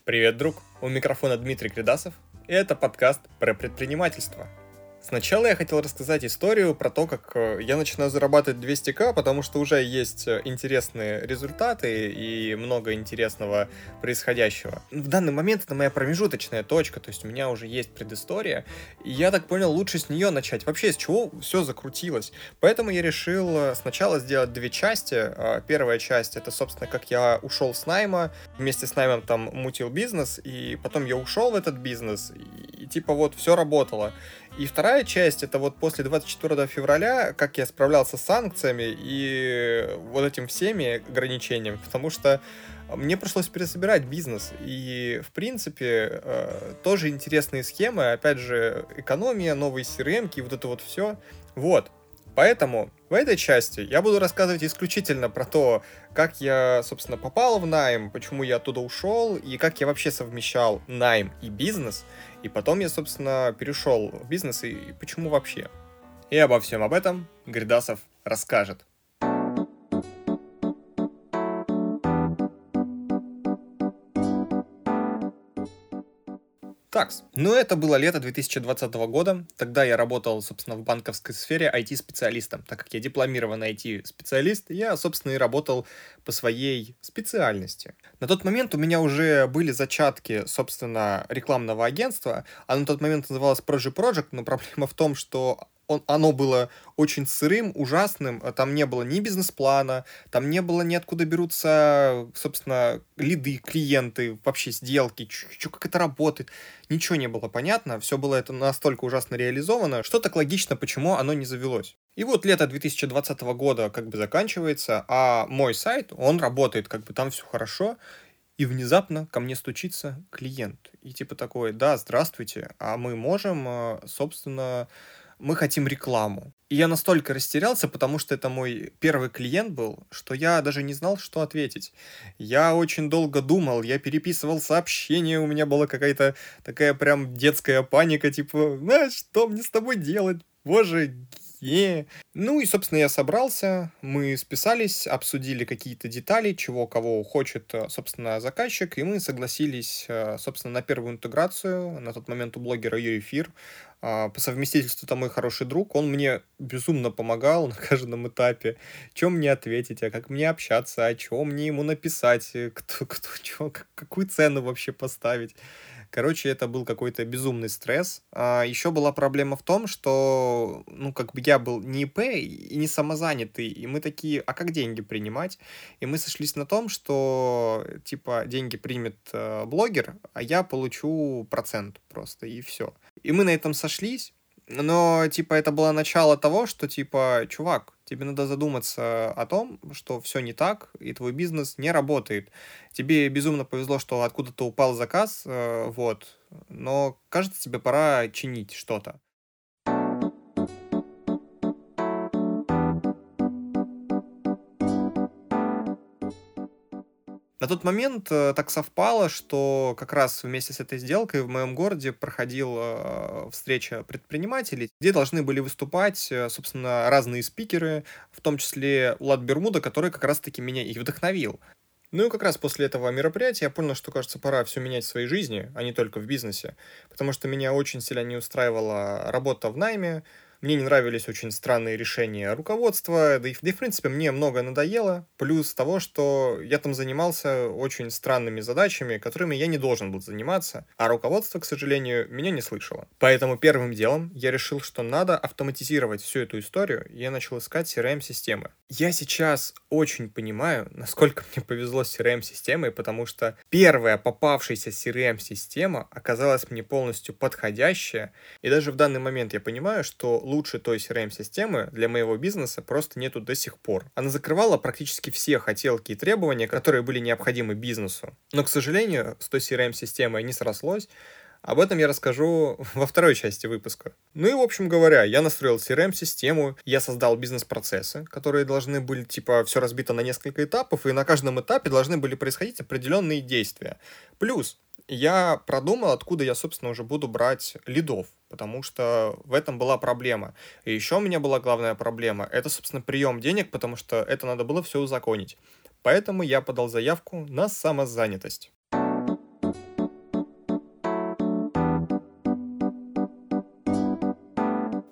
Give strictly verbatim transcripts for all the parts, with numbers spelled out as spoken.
Привет, друг! У микрофона Дмитрий Кридасов, и это подкаст про предпринимательство. Сначала я хотел рассказать историю про то, как я начинаю зарабатывать двести тысяч, потому что уже есть интересные результаты и много интересного происходящего. В данный момент это моя промежуточная точка, то есть у меня уже есть предыстория, и я так понял, лучше с нее начать. Вообще, с чего все закрутилось. Поэтому я решил сначала сделать две части. Первая часть — это, собственно, как я ушел с найма, вместе с наймом там мутил бизнес, и потом я ушел в этот бизнес, и, и типа вот все работало. И вторая часть — это вот после двадцать четвёртого февраля, как я справлялся с санкциями и вот этим всеми ограничениями, потому что мне пришлось пересобирать бизнес. И, в принципе, тоже интересные схемы, опять же, экономия, новые си эр эм-ки, вот это вот все. Вот. Поэтому в этой части я буду рассказывать исключительно про то, как я, собственно, попал в найм, почему я оттуда ушел, и как я вообще совмещал найм и бизнес. И потом я, собственно, перешел в бизнес, и почему вообще. И обо всем об этом Гридасов расскажет. Такс. Ну, это было лето две тысячи двадцатого года. Тогда я работал, собственно, в банковской сфере ай ти-специалистом. Так как я дипломированный ай ти-специалист, я, собственно, и работал по своей специальности. На тот момент у меня уже были зачатки, собственно, рекламного агентства. Оно на тот момент называлось Proji Project, но проблема в том, что Он, оно было очень сырым, ужасным, там не было ни бизнес-плана, там не было ни откуда берутся, собственно, лиды, клиенты, вообще сделки, чё, как это работает. Ничего не было понятно, все было это настолько ужасно реализовано, что так логично, почему оно не завелось. И вот лето две тысячи двадцатого года как бы заканчивается, а мой сайт, он работает, как бы там все хорошо, и внезапно ко мне стучится клиент. И типа такой: да, здравствуйте, а мы можем, собственно... мы хотим рекламу. И я настолько растерялся, потому что это мой первый клиент был, что я даже не знал, что ответить. Я очень долго думал, я переписывал сообщения, у меня была какая-то такая прям детская паника, типа: «А что мне с тобой делать? Боже, е». Ну и, собственно, я собрался, мы списались, обсудили какие-то детали, чего кого хочет, собственно, заказчик, и мы согласились, собственно, на первую интеграцию. На тот момент у блогера Юрий Фир. По совместительству это мой хороший друг, он мне безумно помогал на каждом этапе, что мне ответить, а как мне общаться, а что мне ему написать, кто, кто, чё, какую цену вообще поставить. Короче, это был какой-то безумный стресс. А еще была проблема в том, что, ну, как бы я был не ИП и не самозанятый, и мы такие: а как деньги принимать? И мы сошлись на том, что, типа, деньги примет э, блогер, а я получу процент просто, и все. И мы на этом сошлись, но, типа, это было начало того, что, типа, чувак, тебе надо задуматься о том, что все не так, и твой бизнес не работает. Тебе безумно повезло, что откуда-то упал заказ, э, вот, но, кажется, тебе пора чинить что-то. На тот момент э, так совпало, что как раз вместе с этой сделкой в моем городе проходила э, встреча предпринимателей, где должны были выступать, э, собственно, разные спикеры, в том числе Влад Бермуда, который как раз-таки меня и вдохновил. Ну и как раз после этого мероприятия я понял, что, кажется, пора все менять в своей жизни, а не только в бизнесе, потому что меня очень сильно не устраивала работа в найме. Мне не нравились очень странные решения руководства, да и, да и в принципе мне многое надоело, плюс того, что я там занимался очень странными задачами, которыми я не должен был заниматься, а руководство, к сожалению, меня не слышало. Поэтому первым делом я решил, что надо автоматизировать всю эту историю, и я начал искать си эр эм-системы. Я сейчас очень понимаю, насколько мне повезло с си эр эм-системой, потому что первая попавшаяся си эр эм-система оказалась мне полностью подходящая, и даже в данный момент я понимаю, что лучше той си эр эм-системы для моего бизнеса просто нету до сих пор. Она закрывала практически все хотелки и требования, которые были необходимы бизнесу. Но, к сожалению, с той си эр эм-системой не срослось. Об этом я расскажу во второй части выпуска. Ну и, в общем говоря, я настроил си эр эм-систему, я создал бизнес-процессы, которые должны были, типа, все разбито на несколько этапов, и на каждом этапе должны были происходить определенные действия. Плюс я продумал, откуда я, собственно, уже буду брать лидов, потому что в этом была проблема. И еще у меня была главная проблема — это, собственно, прием денег, потому что это надо было все узаконить. Поэтому я подал заявку на самозанятость.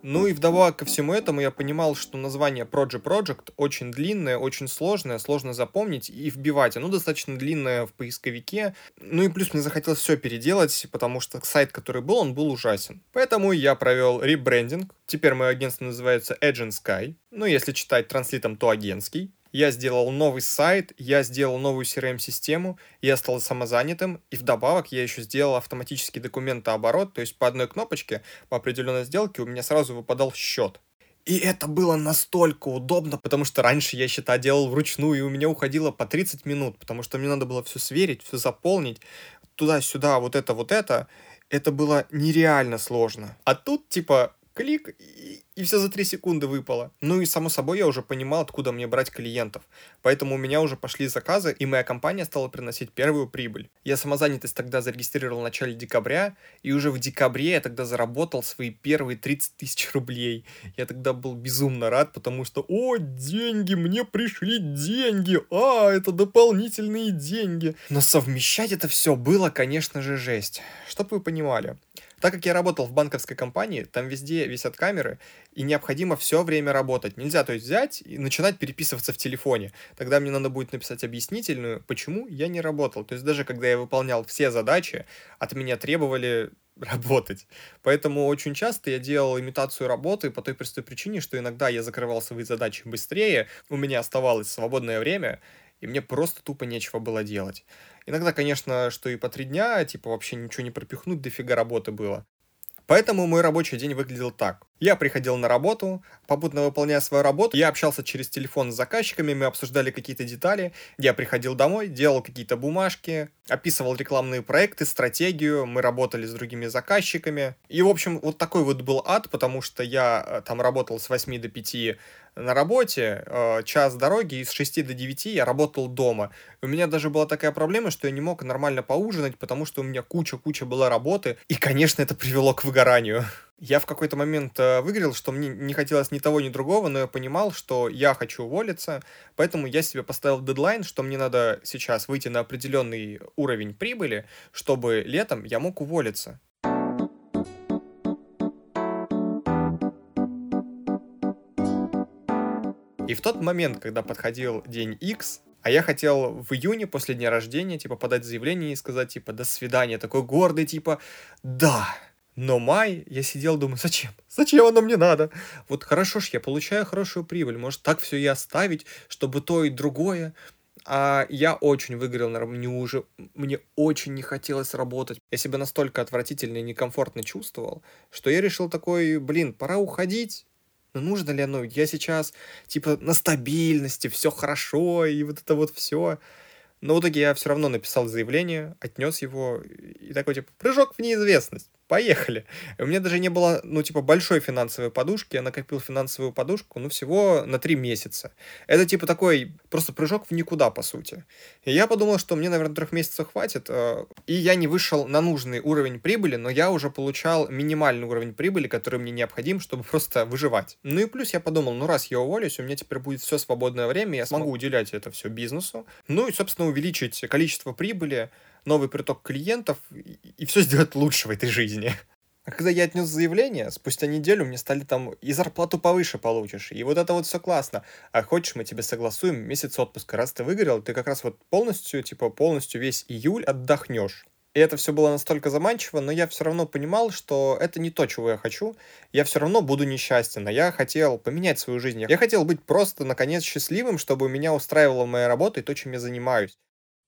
Ну и вдобавок ко всему этому я понимал, что название Project Project очень длинное, очень сложное, сложно запомнить и вбивать. Оно достаточно длинное в поисковике. Ну и плюс мне захотелось все переделать, потому что сайт, который был, он был ужасен. Поэтому я провел ребрендинг. Теперь мое агентство называется Agent Sky. Ну, если читать транслитом, то агентский. Я сделал новый сайт, я сделал новую си ар эм-систему, я стал самозанятым, и вдобавок я еще сделал автоматический документооборот, то есть по одной кнопочке по определенной сделке у меня сразу выпадал счет. И это было настолько удобно, потому что раньше я счета делал вручную, и у меня уходило по тридцать минут, потому что мне надо было все сверить, все заполнить, туда-сюда, вот это, вот это. Это было нереально сложно. А тут, типа, клик, и, и все за три секунды выпало. Ну и, само собой, я уже понимал, откуда мне брать клиентов. Поэтому у меня уже пошли заказы, и моя компания стала приносить первую прибыль. Я самозанятость тогда зарегистрировал в начале декабря, и уже в декабре я тогда заработал свои первые тридцать тысяч рублей. Я тогда был безумно рад, потому что, о, деньги, мне пришли деньги, а, это дополнительные деньги. Но совмещать это все было, конечно же, жесть. Чтоб вы понимали. Так как я работал в банковской компании, там везде висят камеры, и необходимо все время работать. Нельзя, то есть, взять и начинать переписываться в телефоне. Тогда мне надо будет написать объяснительную, почему я не работал. То есть даже когда я выполнял все задачи, от меня требовали работать. Поэтому очень часто я делал имитацию работы по той простой причине, что иногда я закрывал свои задачи быстрее, у меня оставалось свободное время, и мне просто тупо нечего было делать. Иногда, конечно, что и по три дня, типа вообще ничего не пропихнуть, дофига работы было. Поэтому мой рабочий день выглядел так. Я приходил на работу, попутно выполняя свою работу, я общался через телефон с заказчиками, мы обсуждали какие-то детали, я приходил домой, делал какие-то бумажки, описывал рекламные проекты, стратегию, мы работали с другими заказчиками. И, в общем, вот такой вот был ад, потому что я там работал с восьми до пяти на работе, час дороги, и с шести до девяти я работал дома. У меня даже была такая проблема, что я не мог нормально поужинать, потому что у меня куча-куча была работы, и, конечно, это привело к выгоранию. Я в какой-то момент э, выиграл, что мне не хотелось ни того, ни другого, но я понимал, что я хочу уволиться, поэтому я себе поставил дедлайн, что мне надо сейчас выйти на определенный уровень прибыли, чтобы летом я мог уволиться. И в тот момент, когда подходил день X, а я хотел в июне после дня рождения, типа, подать заявление и сказать, типа, до свидания, такой гордый, типа, да. Но май, я сидел, думаю, зачем? Зачем оно мне надо? Вот хорошо ж, я получаю хорошую прибыль, может так все и оставить, чтобы то и другое. А я очень выгорел, на мне уже, мне очень не хотелось работать. Я себя настолько отвратительно и некомфортно чувствовал, что я решил такой, блин, пора уходить. Ну нужно ли оно? Я сейчас, типа, на стабильности, все хорошо, и вот это вот все. Но в итоге я все равно написал заявление, отнес его, и такой, типа, прыжок в неизвестность. Поехали. И у меня даже не было, ну, типа, большой финансовой подушки. Я накопил финансовую подушку, ну, всего на три месяца. Это, типа, такой просто прыжок в никуда, по сути. И я подумал, что мне, наверное, трех месяцев хватит. И я не вышел на нужный уровень прибыли, но я уже получал минимальный уровень прибыли, который мне необходим, чтобы просто выживать. Ну и плюс я подумал, ну, раз я уволюсь, у меня теперь будет все свободное время, я смогу уделять это все бизнесу. Ну и, собственно, увеличить количество прибыли, новый приток клиентов и, и все сделать лучше в этой жизни. А когда я отнес заявление, спустя неделю мне стали там и зарплату повыше получишь, и вот это вот все классно. А хочешь, мы тебе согласуем месяц отпуска. Раз ты выиграл, ты как раз вот полностью, типа полностью весь июль отдохнешь. И это все было настолько заманчиво, но я все равно понимал, что это не то, чего я хочу. Я все равно буду несчастен, а я хотел поменять свою жизнь. Я хотел быть просто, наконец, счастливым, чтобы меня устраивала моя работа и то, чем я занимаюсь.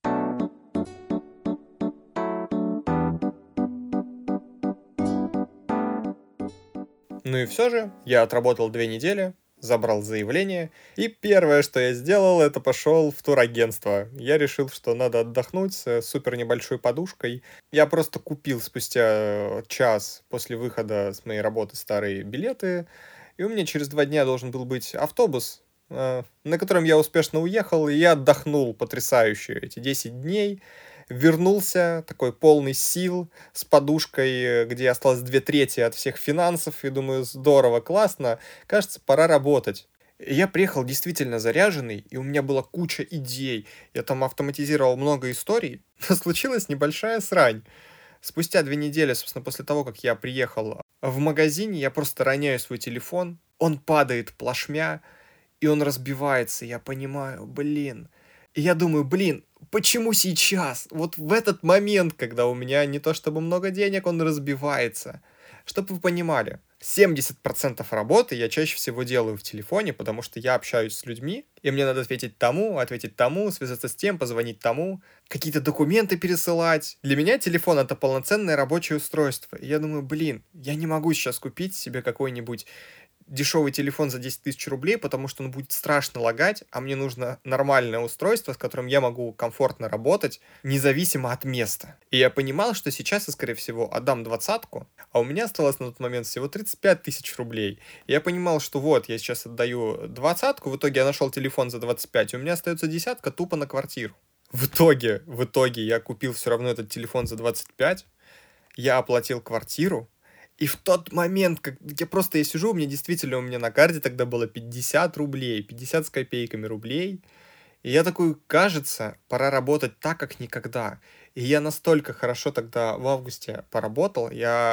Ну и все же, я отработал две недели, забрал заявление, и первое, что я сделал, это пошел в турагентство. Я решил, что надо отдохнуть с супер небольшой подушкой. Я просто купил спустя час после выхода с моей работы старые билеты, и у меня через два дня должен был быть автобус, на котором я успешно уехал, и я отдохнул потрясающе эти десять дней. Вернулся, такой полный сил, с подушкой, где осталось две трети от всех финансов, и думаю, здорово, классно, кажется, пора работать. И я приехал действительно заряженный, и у меня была куча идей, я там автоматизировал много историй, но случилась небольшая срань. Спустя две недели, собственно, после того, как я приехал В магазине я просто роняю свой телефон, он падает плашмя, и он разбивается. Я понимаю, блин. И я думаю, блин, почему сейчас? Вот в этот момент, когда у меня не то чтобы много денег, он разбивается. Чтобы вы понимали, семьдесят процентов работы я чаще всего делаю в телефоне, потому что я общаюсь с людьми, и мне надо ответить тому, ответить тому, связаться с тем, позвонить тому, какие-то документы пересылать. Для меня телефон — это полноценное рабочее устройство. И я думаю, блин, я не могу сейчас купить себе какой-нибудь дешевый телефон за десять тысяч рублей, потому что он будет страшно лагать, а мне нужно нормальное устройство, с которым я могу комфортно работать, независимо от места. И я понимал, что сейчас я, скорее всего, отдам двадцатку, а у меня осталось на тот момент всего тридцать пять тысяч рублей. И я понимал, что вот, я сейчас отдаю двадцатку, в итоге я нашел телефон за двадцать пять, и у меня остается десятка тупо на квартиру. В итоге, в итоге я купил все равно этот телефон за двадцать пять, я оплатил квартиру, и в тот момент, как я просто я сижу, у меня действительно, у меня на карте тогда было пятьдесят рублей, пятьдесят с копейками рублей. И я такой, кажется, пора работать так, как никогда. И я настолько хорошо тогда в августе поработал,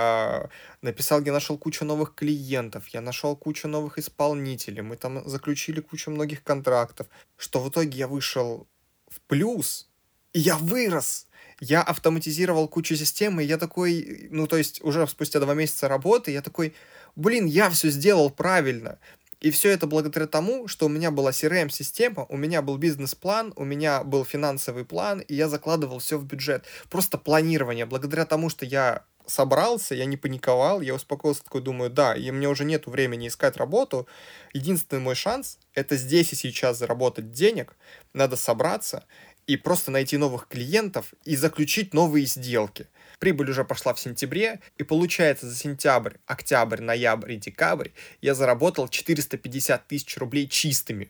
я написал, я нашел кучу новых клиентов, я нашел кучу новых исполнителей, мы там заключили кучу многих контрактов, что в итоге я вышел в плюс, и я вырос. Я автоматизировал кучу систем, и я такой, ну, то есть уже спустя два месяца работы, я такой, блин, я все сделал правильно. И все это благодаря тому, что у меня была си ар эм-система, у меня был бизнес-план, у меня был финансовый план, и я закладывал все в бюджет. Просто планирование. Благодаря тому, что я собрался, я не паниковал, я успокоился, такой думаю, да, и мне уже нету времени искать работу. Единственный мой шанс — это здесь и сейчас заработать денег, надо собраться и просто найти новых клиентов и заключить новые сделки. Прибыль уже пошла в сентябре, и получается за сентябрь, октябрь, ноябрь и декабрь я заработал четыреста пятьдесят тысяч рублей чистыми.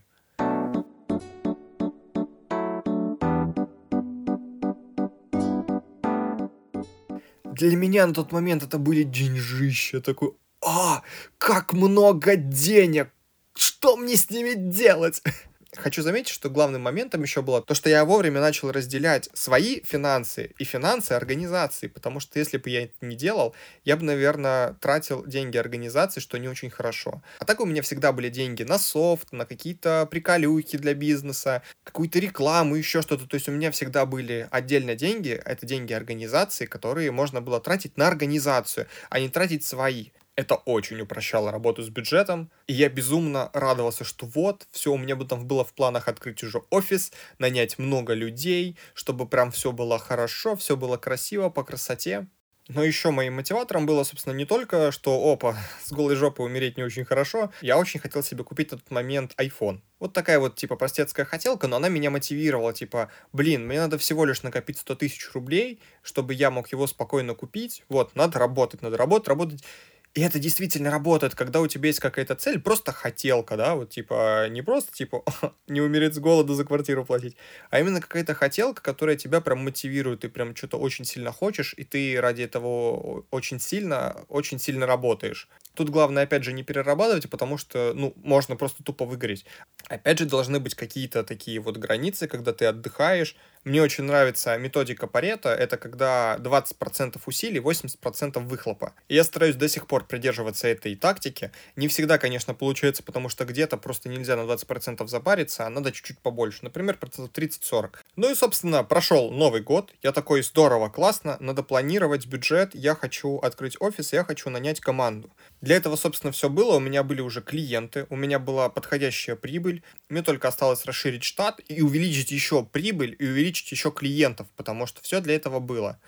Для меня на тот момент это были деньжища. Такой, а, как много денег! Что мне с ними делать? Хочу заметить, что главным моментом еще было то, что я вовремя начал разделять свои финансы и финансы организации, потому что если бы я это не делал, я бы, наверное, тратил деньги организации, что не очень хорошо. А так у меня всегда были деньги на софт, на какие-то приколюхи для бизнеса, какую-то рекламу, еще что-то. То есть у меня всегда были отдельно деньги, это деньги организации, которые можно было тратить на организацию, а не тратить свои. Это очень упрощало работу с бюджетом, и я безумно радовался, что вот, все, у меня бы там было в планах открыть уже офис, нанять много людей, чтобы прям все было хорошо, все было красиво, по красоте. Но еще моим мотиватором было, собственно, не только, что, опа, с голой жопой умереть не очень хорошо, я очень хотел себе купить на тот момент iPhone. Вот такая вот, типа, простецкая хотелка, но она меня мотивировала, типа, блин, мне надо всего лишь накопить сто тысяч рублей, чтобы я мог его спокойно купить, вот, надо работать, надо работать, работать. И это действительно работает, когда у тебя есть какая-то цель, просто хотелка, да, вот типа, не просто типа не умереть с голоду за квартиру платить, а именно какая-то хотелка, которая тебя прям мотивирует, ты прям что-то очень сильно хочешь, и ты ради этого очень сильно, очень сильно работаешь. Тут главное, опять же, не перерабатывать, потому что, ну, можно просто тупо выгореть. Опять же, должны быть какие-то такие вот границы, когда ты отдыхаешь. Мне очень нравится методика Парето, это когда двадцать процентов усилий, восемьдесят процентов выхлопа. И я стараюсь до сих пор придерживаться этой тактики. Не всегда, конечно, получается, потому что где-то просто нельзя на двадцать процентов запариться, а надо чуть-чуть побольше. Например, процентов тридцать-сорок. Ну и, собственно, прошел Новый год. Я такой, здорово, классно, надо планировать бюджет. Я хочу открыть офис, я хочу нанять команду. Для этого, собственно, все было. У меня были уже клиенты, у меня была подходящая прибыль. Мне только осталось расширить штат и увеличить еще прибыль, и увеличить еще клиентов, потому что все для этого было.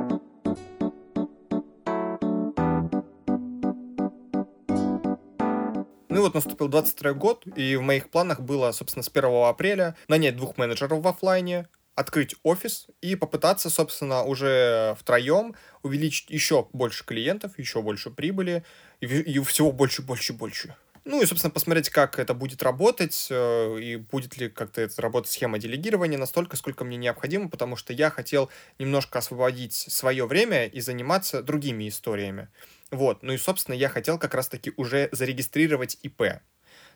Ну и вот наступил двадцать второй год, и в моих планах было, собственно, с первого апреля нанять двух менеджеров в офлайне, открыть офис и попытаться, собственно, уже втроем увеличить еще больше клиентов, еще больше прибыли и, и всего больше, больше, больше. Ну и, собственно, посмотреть, как это будет работать, э, и будет ли как-то это работать схема делегирования настолько, сколько мне необходимо, потому что я хотел немножко освободить свое время и заниматься другими историями. Вот, ну и, собственно, я хотел как раз-таки уже зарегистрировать ИП.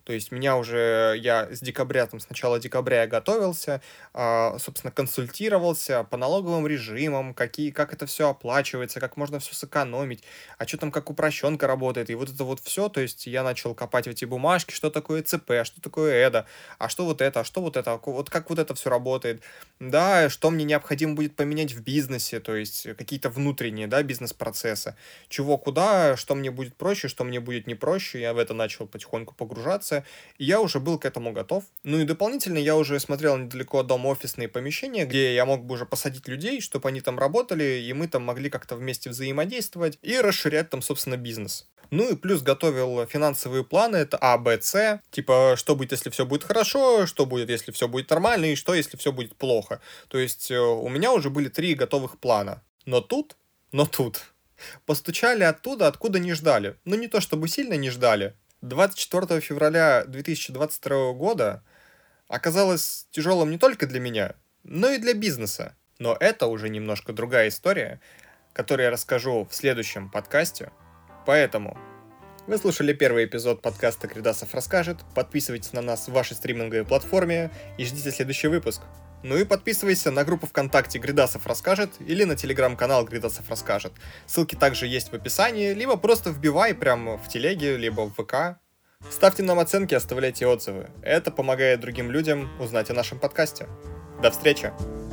То есть меня уже, я с декабря, там, с начала декабря я готовился, а, собственно, консультировался по налоговым режимам, какие, как это все оплачивается, как можно все сэкономить, а что там, как упрощенка работает, и вот это вот все. То есть я начал копать в эти бумажки, что такое ЦП, что такое ЭДА, а что вот это, а что вот это, а вот как вот это все работает, да, что мне необходимо будет поменять в бизнесе, то есть какие-то внутренние, да, бизнес-процессы, чего куда, что мне будет проще, что мне будет не проще, я в это начал потихоньку погружаться, и я уже был к этому готов. Ну и дополнительно я уже смотрел недалеко от дома офисные помещения, где я мог бы уже посадить людей, чтобы они там работали, и мы там могли как-то вместе взаимодействовать и расширять там, собственно, бизнес. Ну и плюс готовил финансовые планы, это А, Б, С, типа, что будет, если все будет хорошо, что будет, если все будет нормально, и что, если все будет плохо. То есть э, у меня уже были три готовых плана. Но тут, но тут, постучали оттуда, откуда не ждали. Ну не то чтобы сильно не ждали. двадцать четвёртого февраля две тысячи двадцать второго года оказалось тяжелым не только для меня, но и для бизнеса. Но это уже немножко другая история, которую я расскажу в следующем подкасте. Поэтому вы слушали первый эпизод подкаста «Гридасов расскажет». Подписывайтесь на нас в вашей стриминговой платформе и ждите следующий выпуск. Ну и подписывайся на группу ВКонтакте «Гридасов расскажет» или на телеграм-канал «Гридасов расскажет». Ссылки также есть в описании, либо просто вбивай прямо в телеге, либо в ВК. Ставьте нам оценки, оставляйте отзывы. Это помогает другим людям узнать о нашем подкасте. До встречи!